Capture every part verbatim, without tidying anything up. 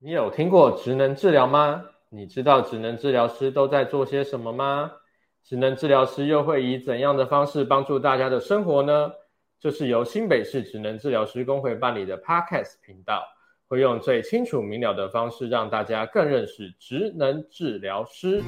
你有听过职能治疗吗？你知道职能治疗师都在做些什么吗？职能治疗师又会以怎样的方式帮助大家的生活呢？这是由新北市职能治疗师公会办理的 Podcast 频道，会用最清楚明了的方式让大家更认识职能治疗师。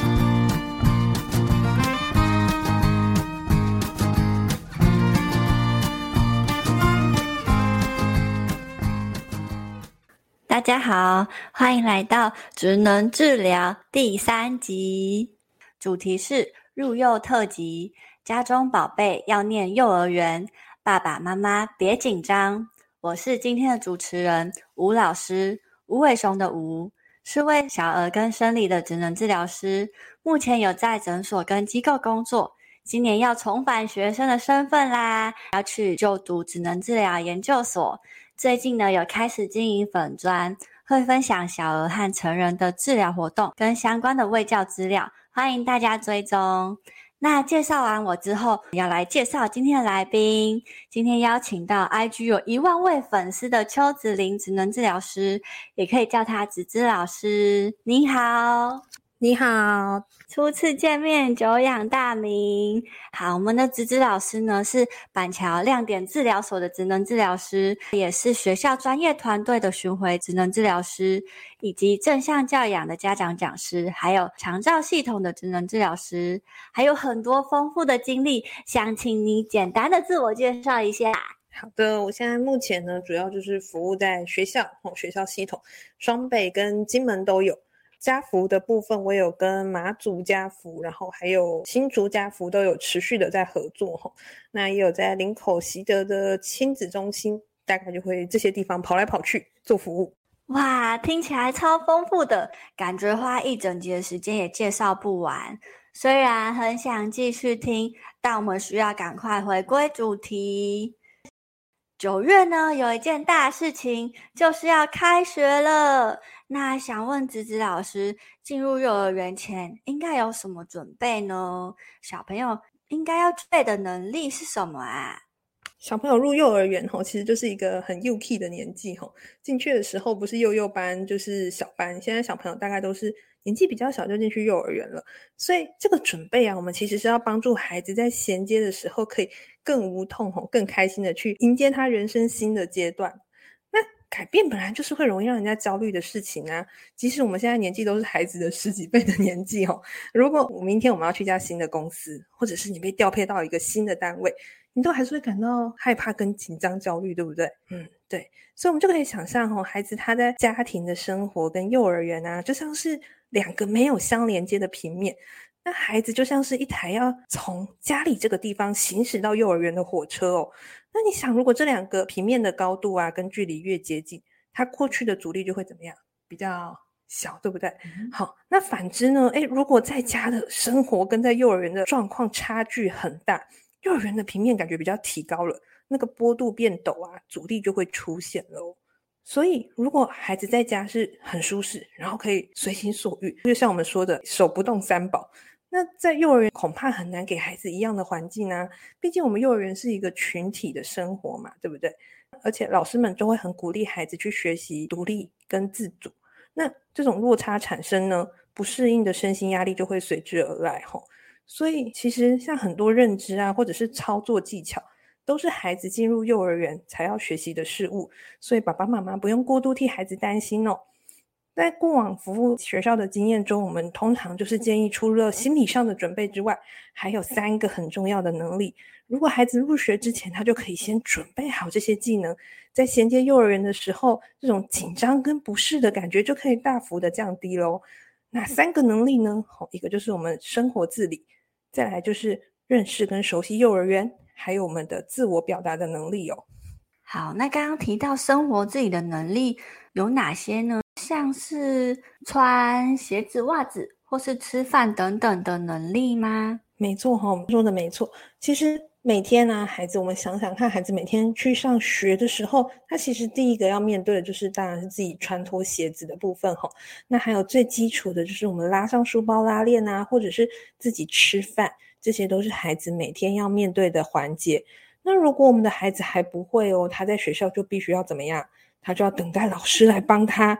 大家好，欢迎来到职能治疗第三集，主题是入幼特辑，家中宝贝要念幼儿园，爸爸妈妈别紧张。我是今天的主持人吴老师，吴伟雄的吴，是位小儿跟生理的职能治疗师，目前有在诊所跟机构工作，今年要重返学生的身份啦，要去就读职能治疗研究所。最近呢，有开始经营粉专，会分享小儿和成人的治疗活动跟相关的卫教资料，欢迎大家追踪。那介绍完我之后，要来介绍今天的来宾。今天邀请到 I G 有一万位粉丝的邱子玲职能治疗师，也可以叫她子芝老师。你好。 你好， 初次见面，久仰大名。好，我们的子芝老师呢是板桥亮点治疗所的职能治疗师，也是学校专业团队的巡回职能治疗师，以及正向教养的家长讲师，还有长照系统的职能治疗师，还有很多丰富的经历。想请你简单的自我介绍一下。 好的，我现在目前呢主要就是服务在学校、哦、学校系统，双北跟金门都有。家福的部分我有跟马祖家福，然后还有新竹家福都有持续的在合作，那也有在林口习得的亲子中心，大概就会这些地方跑来跑去做服务。 哇，听起来超丰富的，感觉花一整集的时间也介绍不完。虽然很想继续听，但我们需要赶快回归主题。九月呢，有一件大事情，就是要开学了。那想问子子老师，进入幼儿园前应该有什么准备呢？小朋友应该要具备的能力是什么啊？ 小朋友入幼儿园其实就是一个很幼 key 的年纪，进去的时候不是幼幼班就是小班，现在小朋友大概都是年纪比较小就进去幼儿园了，所以这个准备啊，我们其实是要帮助孩子在衔接的时候可以更无痛更开心的去迎接他人生新的阶段。那改变本来就是会容易让人家焦虑的事情啊，即使我们现在年纪都是孩子的十几倍的年纪哦。如果明天我们要去一家新的公司，或者是你被调配到一个新的单位，你都还是会感到害怕跟紧张焦虑，对不对？嗯，对。所以我们就可以想象哦，孩子他在家庭的生活跟幼儿园啊，就像是两个没有相连接的平面。那孩子就像是一台要从家里这个地方行驶到幼儿园的火车哦。那你想，如果这两个平面的高度啊跟距离越接近，它过去的阻力就会怎么样？比较小，对不对？嗯、好，那反之呢？诶，如果在家的生活跟在幼儿园的状况差距很大，幼儿园的平面感觉比较提高了，那个坡度变陡啊，阻力就会出现了哦。所以如果孩子在家是很舒适，然后可以随心所欲，就像我们说的手不动三宝，那在幼儿园恐怕很难给孩子一样的环境啊，毕竟我们幼儿园是一个群体的生活嘛，对不对？而且老师们都会很鼓励孩子去学习独立跟自主，那这种落差产生呢，不适应的身心压力就会随之而来吼。所以其实像很多认知啊，或者是操作技巧，都是孩子进入幼儿园才要学习的事物，所以爸爸妈妈不用过度替孩子担心哦。在过往服务学校的经验中，我们通常就是建议除了心理上的准备之外，还有三个很重要的能力。如果孩子入学之前，他就可以先准备好这些技能，在衔接幼儿园的时候，这种紧张跟不适的感觉就可以大幅的降低咯。那三个能力呢？一个就是我们生活自理，再来就是认识跟熟悉幼儿园，还有我们的自我表达的能力哦。 好，那刚刚提到生活自理的能力有哪些呢？像是穿鞋子、袜子或是吃饭等等的能力吗？ 没错哈，我们说的没错。其实每天啊，孩子我们想想看，孩子每天去上学的时候，他其实第一个要面对的就是当然是自己穿脱鞋子的部分哈。那还有最基础的就是我们拉上书包拉链啊，或者是自己吃饭，这些都是孩子每天要面对的环节。那如果我们的孩子还不会哦，他在学校就必须要怎么样？他就要等待老师来帮他。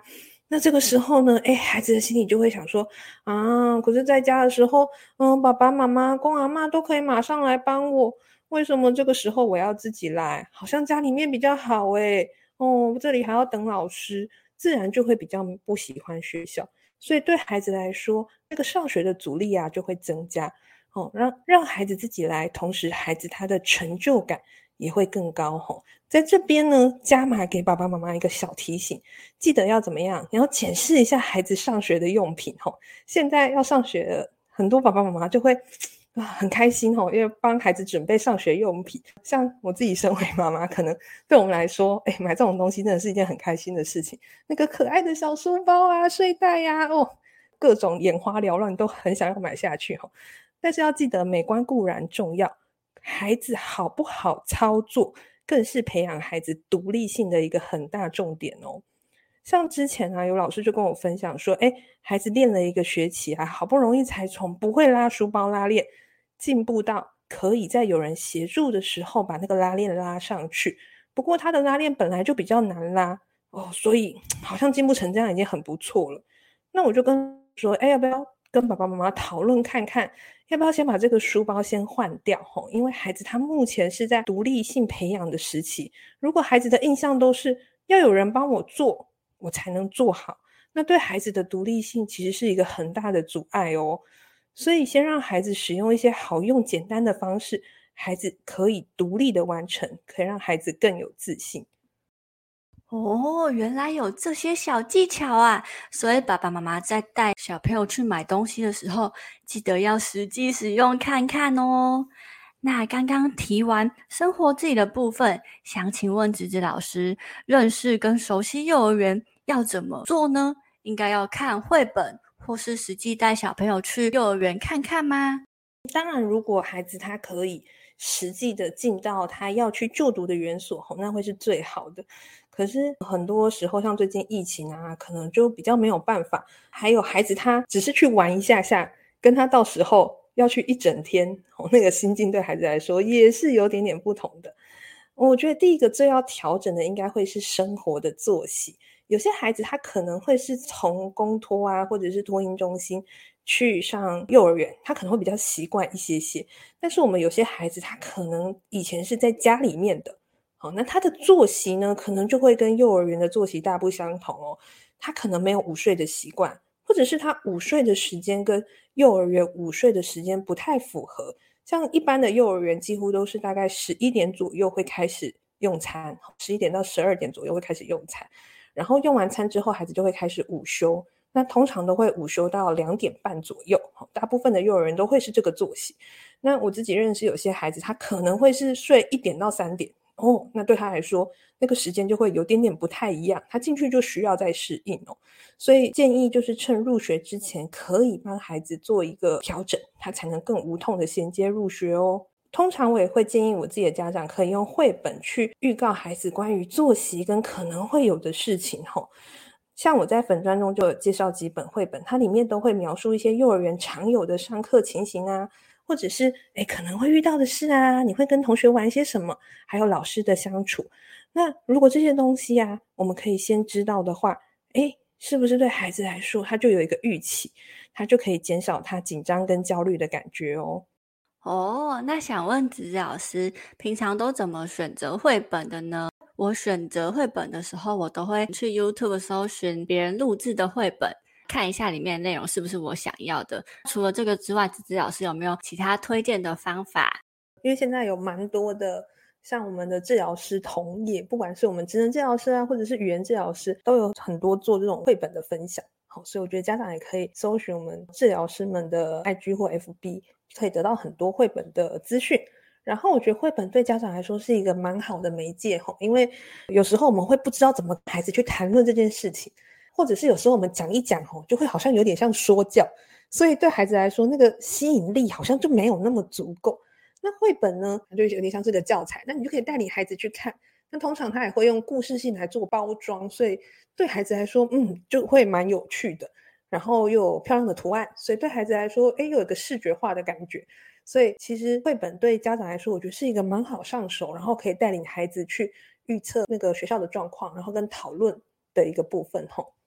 那这个时候呢，哎，孩子的心里就会想说，啊，可是在家的时候，嗯，爸爸妈妈、公阿嬷都可以马上来帮我，为什么这个时候我要自己来？好像家里面比较好诶，哦，这里还要等老师，自然就会比较不喜欢学校。所以对孩子来说，那个上学的阻力啊就会增加，哦，让让孩子自己来，同时孩子他的成就感也会更高吼。在这边呢，加码给爸爸妈妈一个小提醒，记得要怎么样？你要检视一下孩子上学的用品吼。现在要上学了，很多爸爸妈妈就会啊很开心吼，因为帮孩子准备上学用品。像我自己身为妈妈，可能对我们来说，哎，买这种东西真的是一件很开心的事情。那个可爱的小书包啊、睡袋呀、啊，哦，各种眼花缭乱，都很想要买下去吼。但是要记得，美观固然重要，孩子好不好操作，更是培养孩子独立性的一个很大重点哦。像之前啊，有老师就跟我分享说，诶，孩子练了一个学期啊，好不容易才从不会拉书包拉链，进步到可以在有人协助的时候把那个拉链拉上去。不过他的拉链本来就比较难拉哦，所以好像进步成这样已经很不错了。那我就跟说，诶，要不要跟爸爸妈妈讨论看看，要不要先把这个书包先换掉吼？因为孩子他目前是在独立性培养的时期，如果孩子的印象都是要有人帮我做，我才能做好，那对孩子的独立性其实是一个很大的阻碍哦。所以先让孩子使用一些好用简单的方式，孩子可以独立的完成，可以让孩子更有自信。 哦，原来有这些小技巧啊！所以爸爸妈妈在带小朋友去买东西的时候，记得要实际使用看看哦。那刚刚提完生活自己的部分，想请问子子老师，认识跟熟悉幼儿园要怎么做呢？应该要看绘本，或是实际带小朋友去幼儿园看看吗？ 当然，如果孩子他可以实际的进到他要去就读的园所，那会是最好的。可是很多时候，像最近疫情啊，可能就比较没有办法。还有孩子他只是去玩一下下，跟他到时候要去一整天，那个心境对孩子来说也是有点点不同的。我觉得第一个最要调整的应该会是生活的作息。有些孩子他可能会是从公托啊，或者是托婴中心去上幼儿园，他可能会比较习惯一些些。但是我们有些孩子他可能以前是在家里面的，好，那他的作息呢，可能就会跟幼儿园的作息大不相同哦。他可能没有午睡的习惯，或者是他午睡的时间跟幼儿园午睡的时间不太符合。像一般的幼儿园几乎都是大概十一点左右会开始用餐，十一点到十二点左右会开始用餐。然后用完餐之后，孩子就会开始午休。那通常都会午休到两点半左右，大部分的幼儿园都会是这个作息。那我自己认识有些孩子，他可能会是睡一点到三点哦，那对他来说，那个时间就会有点点不太一样，他进去就需要再适应哦。所以建议就是趁入学之前，可以帮孩子做一个调整，他才能更无痛的衔接入学哦。通常我也会建议我自己的家长可以用绘本去预告孩子关于作息跟可能会有的事情吼。像我在粉专中就有介绍几本绘本，它里面都会描述一些幼儿园常有的上课情形啊，或者是诶可能会遇到的事啊，你会跟同学玩些什么，还有老师的相处。那如果这些东西啊，我们可以先知道的话，诶是不是对孩子来说他就有一个预期，他就可以减少他紧张跟焦虑的感觉哦。 哦，那想问子子老师，平常都怎么选择绘本的呢？我选择绘本的时候，我都会去 YouTube 搜寻别人录制的绘本，看一下里面的内容是不是我想要的。除了这个之外，子子老师有没有其他推荐的方法？ 因为现在有蛮多的像我们的治疗师同业，不管是我们职能治疗师啊，或者是语言治疗师，都有很多做这种绘本的分享。好，所以我觉得家长也可以搜寻我们治疗师们的 I G 或 F B， 可以得到很多绘本的资讯。然后我觉得绘本对家长来说是一个蛮好的媒介，因为有时候我们会不知道怎么跟孩子去谈论这件事情，或者是有时候我们讲一讲就会好像有点像说教，所以对孩子来说那个吸引力好像就没有那么足够。那绘本呢，它就有点像是个教材，那你就可以带领孩子去看。那通常他也会用故事性来做包装，所以对孩子来说，嗯，就会蛮有趣的。然后又有漂亮的图案，所以对孩子来说，诶，又有一个视觉化的感觉。所以其实绘本对家长来说，我觉得是一个蛮好上手，然后可以带领孩子去预测那个学校的状况，然后跟讨论的一个部分吼。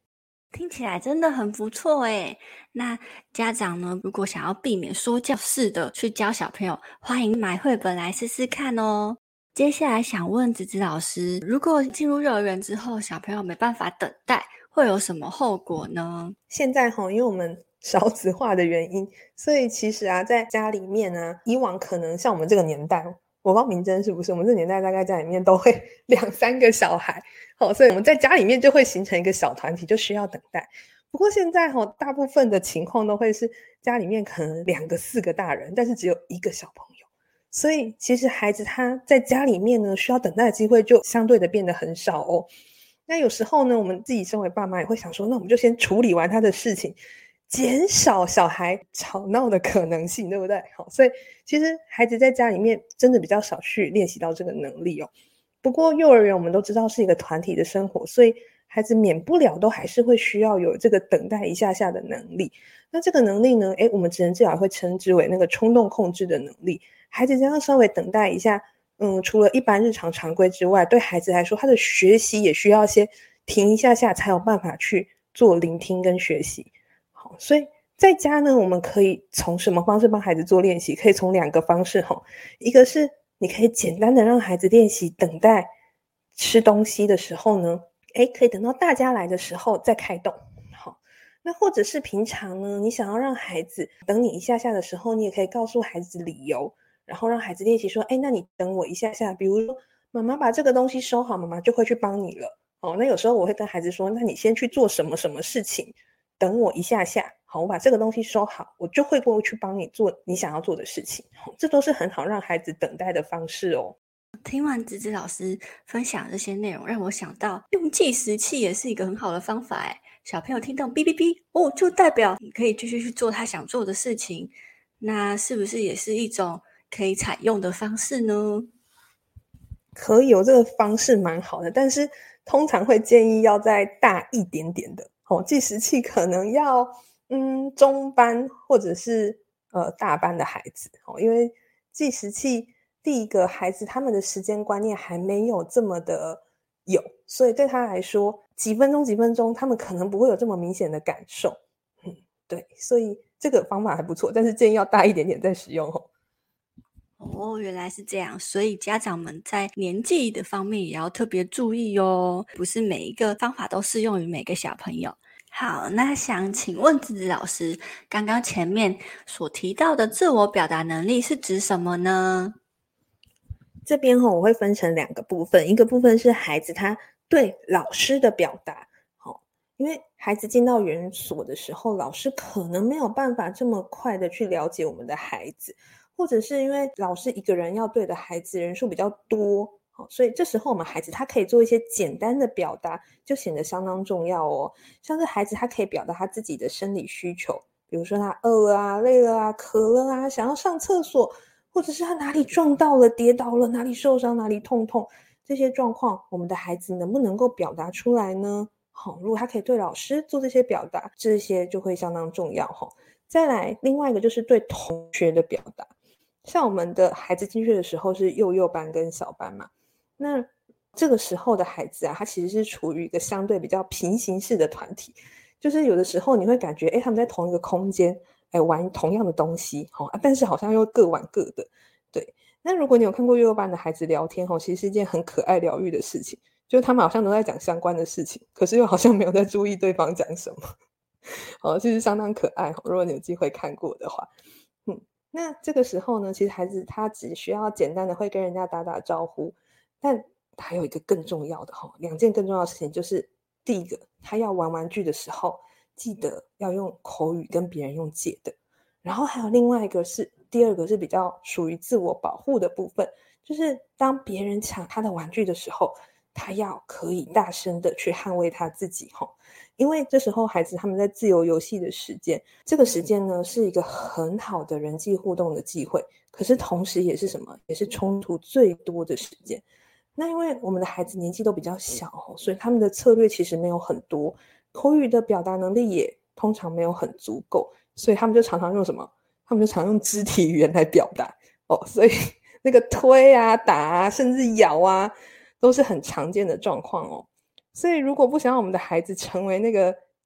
听起来真的很不错诶。那家长呢，如果想要避免说教式的去教小朋友，欢迎买绘本来试试看哦。接下来想问子子老师，如果进入幼儿园之后，小朋友没办法等待，会有什么后果呢？ 现在齁，因为我们少子化的原因，所以其实啊，在家里面啊，以往可能像我们这个年代，我不知道明真是不是，我们这个年代大概家里面都会两三个小孩，好，所以我们在家里面就会形成一个小团体，就需要等待。不过现在齁，大部分的情况都会是家里面可能两个四个大人，但是只有一个小朋友，所以其实孩子他在家里面呢，需要等待的机会就相对的变得很少哦。那有时候呢，我们自己身为爸妈也会想说，那我们就先处理完他的事情，减少小孩吵闹的可能性，对不对？好，所以其实孩子在家里面真的比较少去练习到这个能力哦。不过幼儿园我们都知道是一个团体的生活，所以孩子免不了都还是会需要有这个等待一下下的能力。那这个能力呢，诶，我们职能治疗会称之为那个冲动控制的能力。孩子这样稍微等待一下，嗯，除了一般日常常规之外，对孩子来说，他的学习也需要先停一下下，才有办法去做聆听跟学习。好，所以在家呢，我们可以从什么方式帮孩子做练习？可以从两个方式齁，一个是你可以简单的让孩子练习等待吃东西的时候呢，诶，可以等到大家来的时候再开动。好，那或者是平常呢，你想要让孩子等你一下下的时候，你也可以告诉孩子理由，然后让孩子练习说，诶，那你等我一下下，比如说妈妈把这个东西收好，妈妈就会去帮你了。哦，那有时候我会跟孩子说，那你先去做什么什么事情，等我一下下，好，我把这个东西收好，我就会过去帮你做你想要做的事情。这都是很好让孩子等待的方式哦。 听完子子老师分享这些内容，让我想到用计时器也是一个很好的方法诶。小朋友听到哔哔哔，哦，就代表你可以继续去做他想做的事情，那是不是也是一种可以采用的方式呢？ 可以有这个方式蛮好的，但是通常会建议要再大一点点的哦，计时器可能要嗯中班或者是呃大班的孩子哦，因为计时器第一个孩子他们的时间观念还没有这么的有，所以对他来说几分钟几分钟他们可能不会有这么明显的感受。嗯，对，所以这个方法还不错，但是建议要大一点点再使用哦。 哦，原来是这样，所以家长们在年纪的方面也要特别注意哦，不是每一个方法都适用于每个小朋友。好，那想请问子子老师，刚刚前面所提到的自我表达能力是指什么呢？ 这边齁，我会分成两个部分，一个部分是孩子他对老师的表达，好，因为孩子进到园所的时候，老师可能没有办法这么快的去了解我们的孩子，或者是因为老师一个人要对的孩子人数比较多，好，所以这时候我们孩子他可以做一些简单的表达，就显得相当重要哦。像是孩子他可以表达他自己的生理需求，比如说他饿了啊、累了啊、渴了啊、想要上厕所，或者是他哪里撞到了、跌倒了、哪里受伤、哪里痛痛，这些状况我们的孩子能不能够表达出来呢？好，如果他可以对老师做这些表达，这些就会相当重要齁。再来，另外一个就是对同学的表达。像我们的孩子进去的时候是幼幼班跟小班嘛，那这个时候的孩子啊，他其实是处于一个相对比较平行式的团体，就是有的时候你会感觉，诶，他们在同一个空间，诶，玩同样的东西，齁，啊，但是好像又各玩各的。对，那如果你有看过幼幼班的孩子聊天，齁，其实是一件很可爱疗愈的事情，就他们好像都在讲相关的事情，可是又好像没有在注意对方讲什么。好，其实相当可爱，如果你有机会看过的话。嗯，那这个时候呢，其实孩子他只需要简单的会跟人家打打招呼，但还有一个更重要的齁，两件更重要的事情，就是第一个，他要玩玩具的时候，记得要用口语跟别人用借的。然后还有另外一个是，第二个是比较属于自我保护的部分，就是当别人抢他的玩具的时候，他要可以大声的去捍卫他自己齁。因为这时候孩子他们在自由游戏的时间，这个时间呢是一个很好的人际互动的机会，可是同时也是什么，也是冲突最多的时间。那因为我们的孩子年纪都比较小，所以他们的策略其实没有很多，口语的表达能力也通常没有很足够，所以他们就常常用什么，他们就常用肢体语言来表达哦，所以那个推啊、打啊，甚至咬啊，都是很常见的状况哦。所以如果不想让我们的孩子成为那个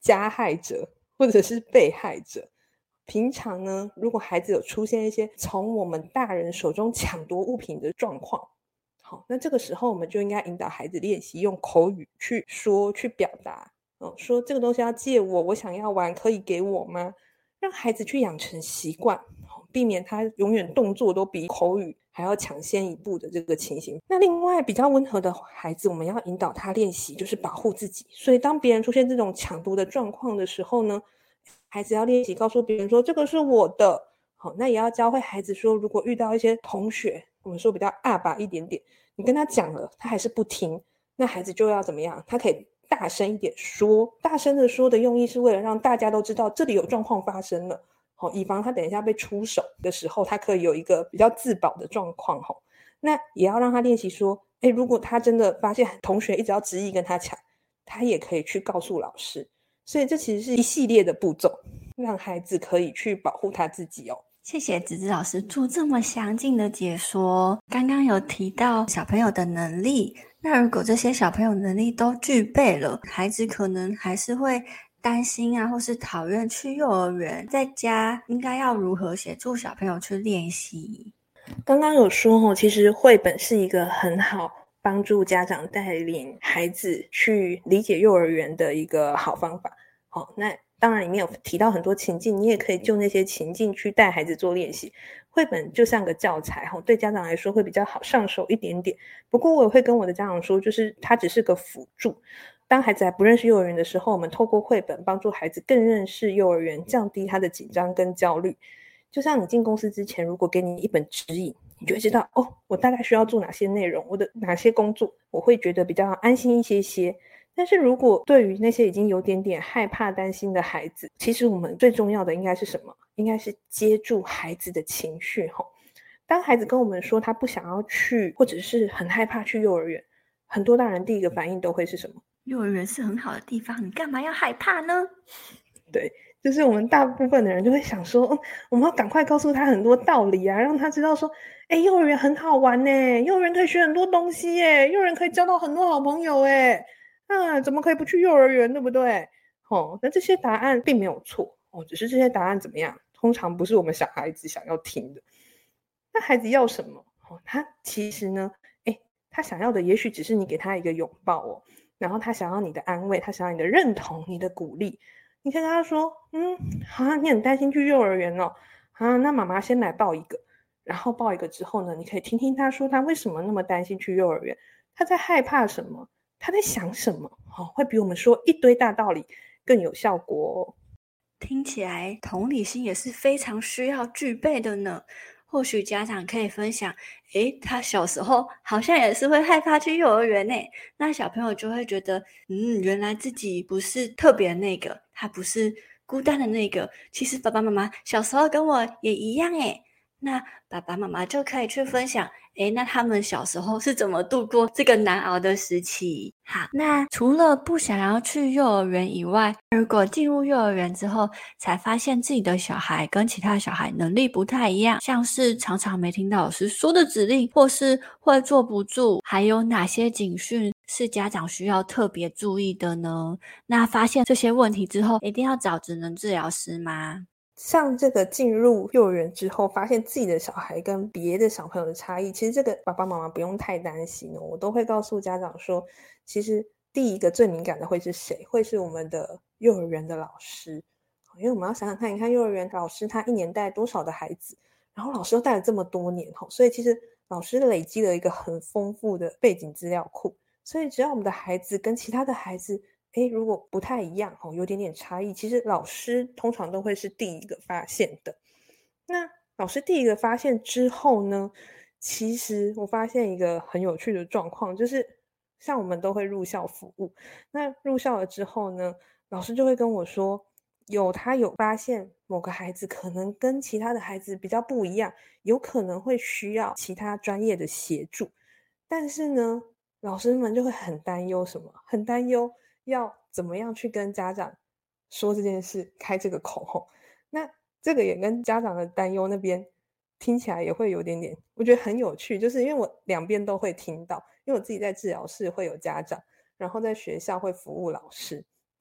加害者或者是被害者。平常呢，如果孩子有出现一些从我们大人手中抢夺物品的状况，好，那这个时候我们就应该引导孩子练习用口语去说去表达、哦、说这个东西要借我，我想要玩，可以给我吗？让孩子去养成习惯，避免他永远动作都比口语还要抢先一步的这个情形。那另外比较温和的孩子，我们要引导他练习就是保护自己，所以当别人出现这种抢夺的状况的时候呢，孩子要练习告诉别人说这个是我的。好，那也要教会孩子说，如果遇到一些同学，我们说比较阿爸一点点，你跟他讲了他还是不听，那孩子就要怎么样，他可以大声一点说。大声的说的用意是为了让大家都知道这里有状况发生了，好，以防他等一下被出手的时候他可以有一个比较自保的状况。那也要让他练习说，诶，如果他真的发现同学一直要执意跟他抢，他也可以去告诉老师。所以这其实是一系列的步骤，让孩子可以去保护他自己哦。 谢谢子子老师做这么详尽的解说。刚刚有提到小朋友的能力，那如果这些小朋友能力都具备了，孩子可能还是会担心啊，或是讨厌去幼儿园，在家应该要如何协助小朋友去练习？ 刚刚有说哦，其实绘本是一个很好帮助家长带领孩子去理解幼儿园的一个好方法。好，那当然里面有提到很多情境，你也可以就那些情境去带孩子做练习。绘本就像个教材，对家长来说会比较好上手一点点。不过我也会跟我的家长说，就是它只是个辅助。当孩子还不认识幼儿园的时候，我们透过绘本帮助孩子更认识幼儿园，降低他的紧张跟焦虑。就像你进公司之前，如果给你一本指引，你就会知道哦，我大概需要做哪些内容，我的哪些工作，我会觉得比较安心一些些。但是如果对于那些已经有点点害怕担心的孩子，其实我们最重要的应该是什么？应该是接住孩子的情绪。当孩子跟我们说他不想要去，或者是很害怕去幼儿园，很多大人第一个反应都会是什么？ 幼儿园是很好的地方，你干嘛要害怕呢？ 对，就是我们大部分的人就会想说、嗯、我们要赶快告诉他很多道理啊，让他知道说哎，幼儿园很好玩耶，幼儿园可以学很多东西耶，幼儿园可以交到很多好朋友耶，啊，怎么可以不去幼儿园，对不对？哦，那这些答案并没有错哦，只是这些答案怎么样，通常不是我们小孩子想要听的。那孩子要什么？哦，他其实呢，哎，他想要的也许只是你给他一个拥抱哦，然后他想要你的安慰，他想要你的认同，你的鼓励。你可以跟他说，嗯，啊，你很担心去幼儿园哦，啊，那妈妈先来抱一个。然后抱一个之后呢，你可以听听他说他为什么那么担心去幼儿园，他在害怕什么，他在想什么、哦、会比我们说一堆大道理更有效果哦。 听起来同理心也是非常需要具备的呢。或许家长可以分享，诶，他小时候好像也是会害怕去幼儿园呢，那小朋友就会觉得，嗯，原来自己不是特别的那个，他不是孤单的那个，其实爸爸妈妈小时候跟我也一样诶。那爸爸妈妈就可以去分享，诶，那他们小时候是怎么度过这个难熬的时期。好，那除了不想要去幼儿园以外，如果进入幼儿园之后才发现自己的小孩跟其他小孩能力不太一样，像是常常没听到老师说的指令，或是会坐不住，还有哪些警讯是家长需要特别注意的呢？那发现这些问题之后，一定要找职能治疗师吗？ 像这个进入幼儿园之后发现自己的小孩跟别的小朋友的差异，其实这个爸爸妈妈不用太担心哦。我都会告诉家长说，其实第一个最敏感的会是谁？会是我们的幼儿园的老师。因为我们要想想看，你看幼儿园老师他一年带多少的孩子，然后老师又带了这么多年，所以其实老师累积了一个很丰富的背景资料库。所以只要我们的孩子跟其他的孩子诶，如果不太一样，有点点差异，其实老师通常都会是第一个发现的。那老师第一个发现之后呢，其实我发现一个很有趣的状况，就是像我们都会入校服务，那入校了之后呢，老师就会跟我说，有他有发现某个孩子可能跟其他的孩子比较不一样，有可能会需要其他专业的协助。但是呢，老师们就会很担忧什么？很担忧要怎么样去跟家长说这件事，开这个口吼。那这个也跟家长的担忧那边听起来也会有点点，我觉得很有趣，就是因为我两边都会听到，因为我自己在治疗室会有家长，然后在学校会服务老师。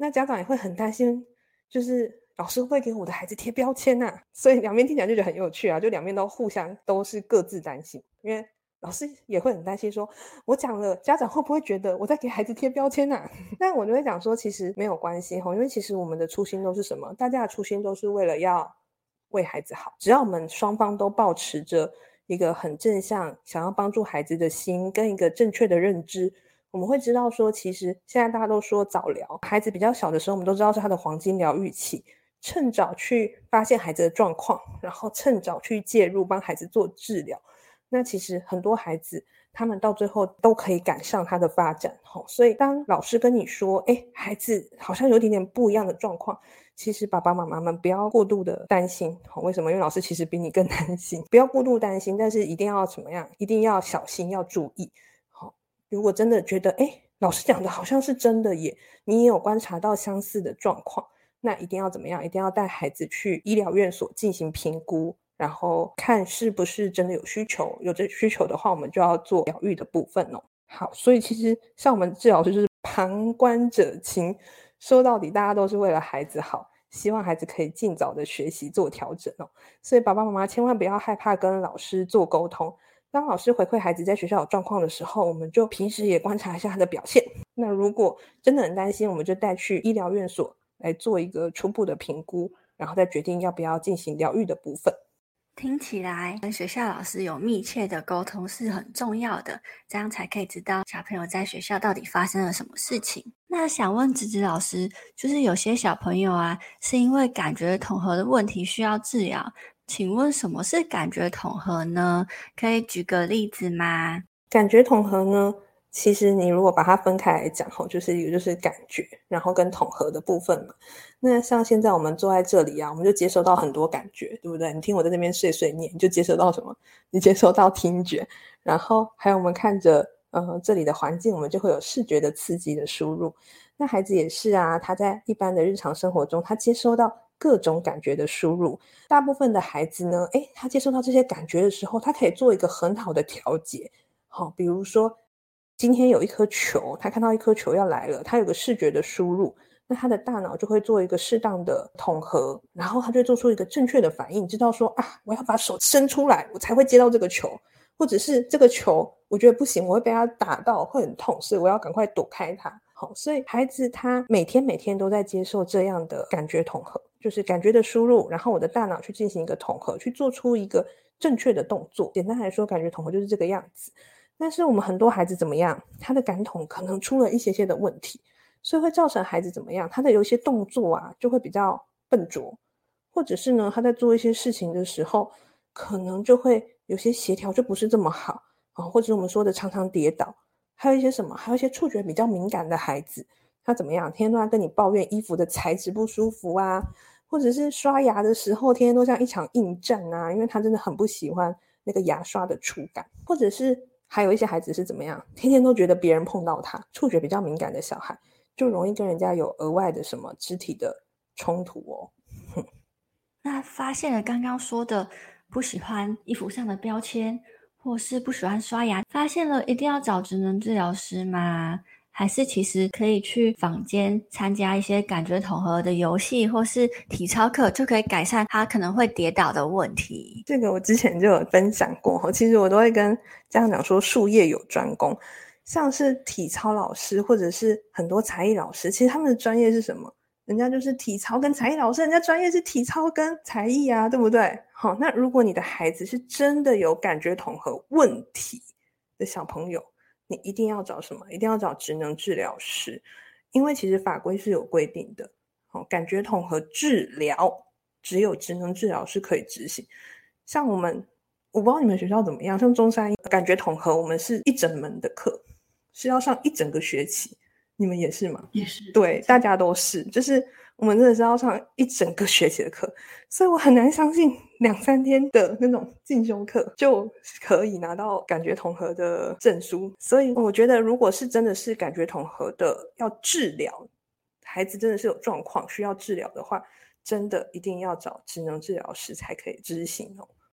那家长也会很担心，就是老师会不会给我的孩子贴标签啊？所以两边听起来就觉得很有趣啊，就两边都互相都是各自担心，因为老师也会很担心说，我讲了家长会不会觉得我在给孩子贴标签啊？但我就会讲说其实没有关系，因为其实我们的初心都是什么？大家的初心都是为了要为孩子好，只要我们双方都抱持着一个很正向想要帮助孩子的心跟一个正确的认知，我们会知道说其实现在大家都说早疗，孩子比较小的时候我们都知道是他的黄金疗愈期，趁早去发现孩子的状况，然后趁早去介入帮孩子做治疗，那其实很多孩子他们到最后都可以赶上他的发展。所以当老师跟你说诶孩子好像有点点不一样的状况，其实爸爸妈妈们不要过度的担心。为什么？因为老师其实比你更担心，不要过度担心，但是一定要怎么样？一定要小心，要注意。如果真的觉得诶老师讲的好像是真的耶，你也有观察到相似的状况，那一定要怎么样？一定要带孩子去医疗院所进行评估，然后看是不是真的有需求，有这需求的话我们就要做疗愈的部分哦。好，所以其实像我们治疗师就是旁观者清，说到底大家都是为了孩子好，希望孩子可以尽早的学习做调整哦。所以爸爸妈妈千万不要害怕跟老师做沟通，当老师回馈孩子在学校有状况的时候，我们就平时也观察一下他的表现，那如果真的很担心，我们就带去医疗院所来做一个初步的评估，然后再决定要不要进行疗愈的部分。 听起来跟学校老师有密切的沟通是很重要的，这样才可以知道小朋友在学校到底发生了什么事情。那想问子子老师，就是有些小朋友啊是因为感觉统合的问题需要治疗，请问什么是感觉统合呢？可以举个例子吗？ 感觉统合呢，其实你如果把它分开来讲，就是一个就是感觉，然后跟统合的部分嘛。那像现在我们坐在这里啊，我们就接收到很多感觉，对不对？你听我在这边碎碎念，你就接收到什么？你接收到听觉，然后还有我们看着呃这里的环境，我们就会有视觉的刺激的输入。那孩子也是啊，他在一般的日常生活中，他接收到各种感觉的输入。大部分的孩子呢，诶，他接收到这些感觉的时候，他可以做一个很好的调节。好，比如说今天有一颗球，他看到一颗球要来了，他有个视觉的输入，那他的大脑就会做一个适当的统合，然后他就会做出一个正确的反应，知道说啊，我要把手伸出来，我才会接到这个球，或者是这个球我觉得不行，我会被他打到会很痛，所以我要赶快躲开它。好，所以孩子他每天每天都在接受这样的感觉统合，就是感觉的输入，然后我的大脑去进行一个统合，去做出一个正确的动作。简单来说，感觉统合就是这个样子。但是我们很多孩子怎么样，他的感统可能出了一些些的问题，所以会造成孩子怎么样，他的有一些动作啊就会比较笨拙，或者是呢他在做一些事情的时候可能就会有些协调就不是这么好、哦、或者我们说的常常跌倒。还有一些什么，还有一些触觉比较敏感的孩子，他怎么样，天天都在跟你抱怨衣服的材质不舒服啊，或者是刷牙的时候天天都像一场硬战啊，因为他真的很不喜欢那个牙刷的触感。或者是还有一些孩子是怎么样，天天都觉得别人碰到他，触觉比较敏感的小孩就容易跟人家有额外的什么肢体的冲突哦。 那发现了刚刚说的不喜欢衣服上的标签，或是不喜欢刷牙，发现了一定要找职能治疗师吗？还是其实可以去坊间参加一些感觉统合的游戏或是体操课，就可以改善他可能会跌倒的问题？ 这个我之前就有分享过，其实我都会跟家长讲说术业有专攻，像是体操老师或者是很多才艺老师，其实他们的专业是什么？人家就是体操跟才艺老师，人家专业是体操跟才艺啊，对不对？好，那如果你的孩子是真的有感觉统合问题的小朋友，你一定要找什么？一定要找职能治疗师，因为其实法规是有规定的，好，感觉统合治疗只有职能治疗师可以执行。像我们，我不知道你们学校怎么样，像中山感觉统合，我们是一整门的课，是要上一整个学期。你们也是吗？ 也是。 对，大家都是，就是我们真的是要上一整个学期的课，所以我很难相信两三天的那种进修课就可以拿到感觉统合的证书。所以我觉得如果是真的是感觉统合的要治疗，孩子真的是有状况需要治疗的话，真的一定要找职能治疗师才可以执行哦。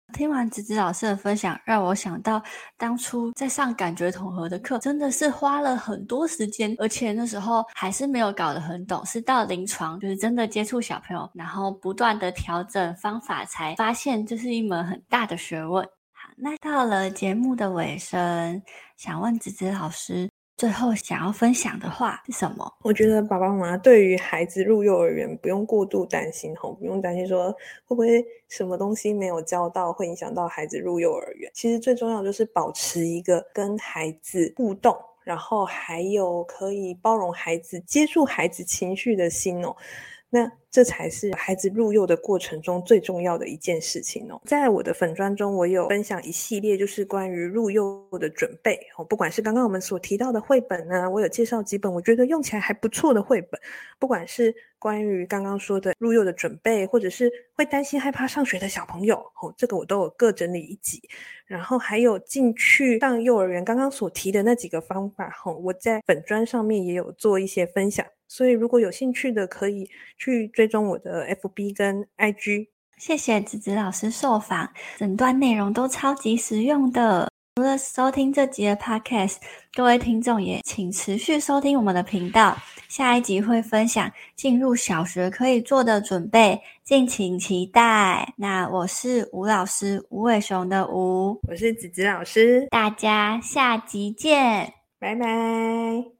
听完子子老师的分享，让我想到当初在上感觉统合的课，真的是花了很多时间，而且那时候还是没有搞得很懂，是到临床就是真的接触小朋友，然后不断的调整方法，才发现这是一门很大的学问。好，那到了节目的尾声，想问子子老师，最后想要分享的话是什么？ 我觉得爸爸妈妈对于孩子入幼儿园不用过度担心，不用担心说会不会什么东西没有教到会影响到孩子入幼儿园。其实最重要就是保持一个跟孩子互动，然后还有可以包容孩子、接住孩子情绪的心哦。那这才是孩子入幼的过程中最重要的一件事情哦。在我的粉专中，我有分享一系列就是关于入幼的准备哦，不管是刚刚我们所提到的绘本呢，我有介绍几本我觉得用起来还不错的绘本，不管是关于刚刚说的入幼的准备，或者是会担心害怕上学的小朋友哦，这个我都有各整理一集。然后还有进去上幼儿园刚刚所提的那几个方法哦，我在粉专上面也有做一些分享。所以如果有兴趣的可以去追踪我的 F B 跟 I G。 谢谢子子老师受访，整段内容都超级实用的。除了收听这集的 Podcast， 各位听众也请持续收听我们的频道，下一集会分享进入小学可以做的准备，敬请期待。那我是吴老师，吴伟雄的吴， 我是子子老师， 大家下集见， 拜拜。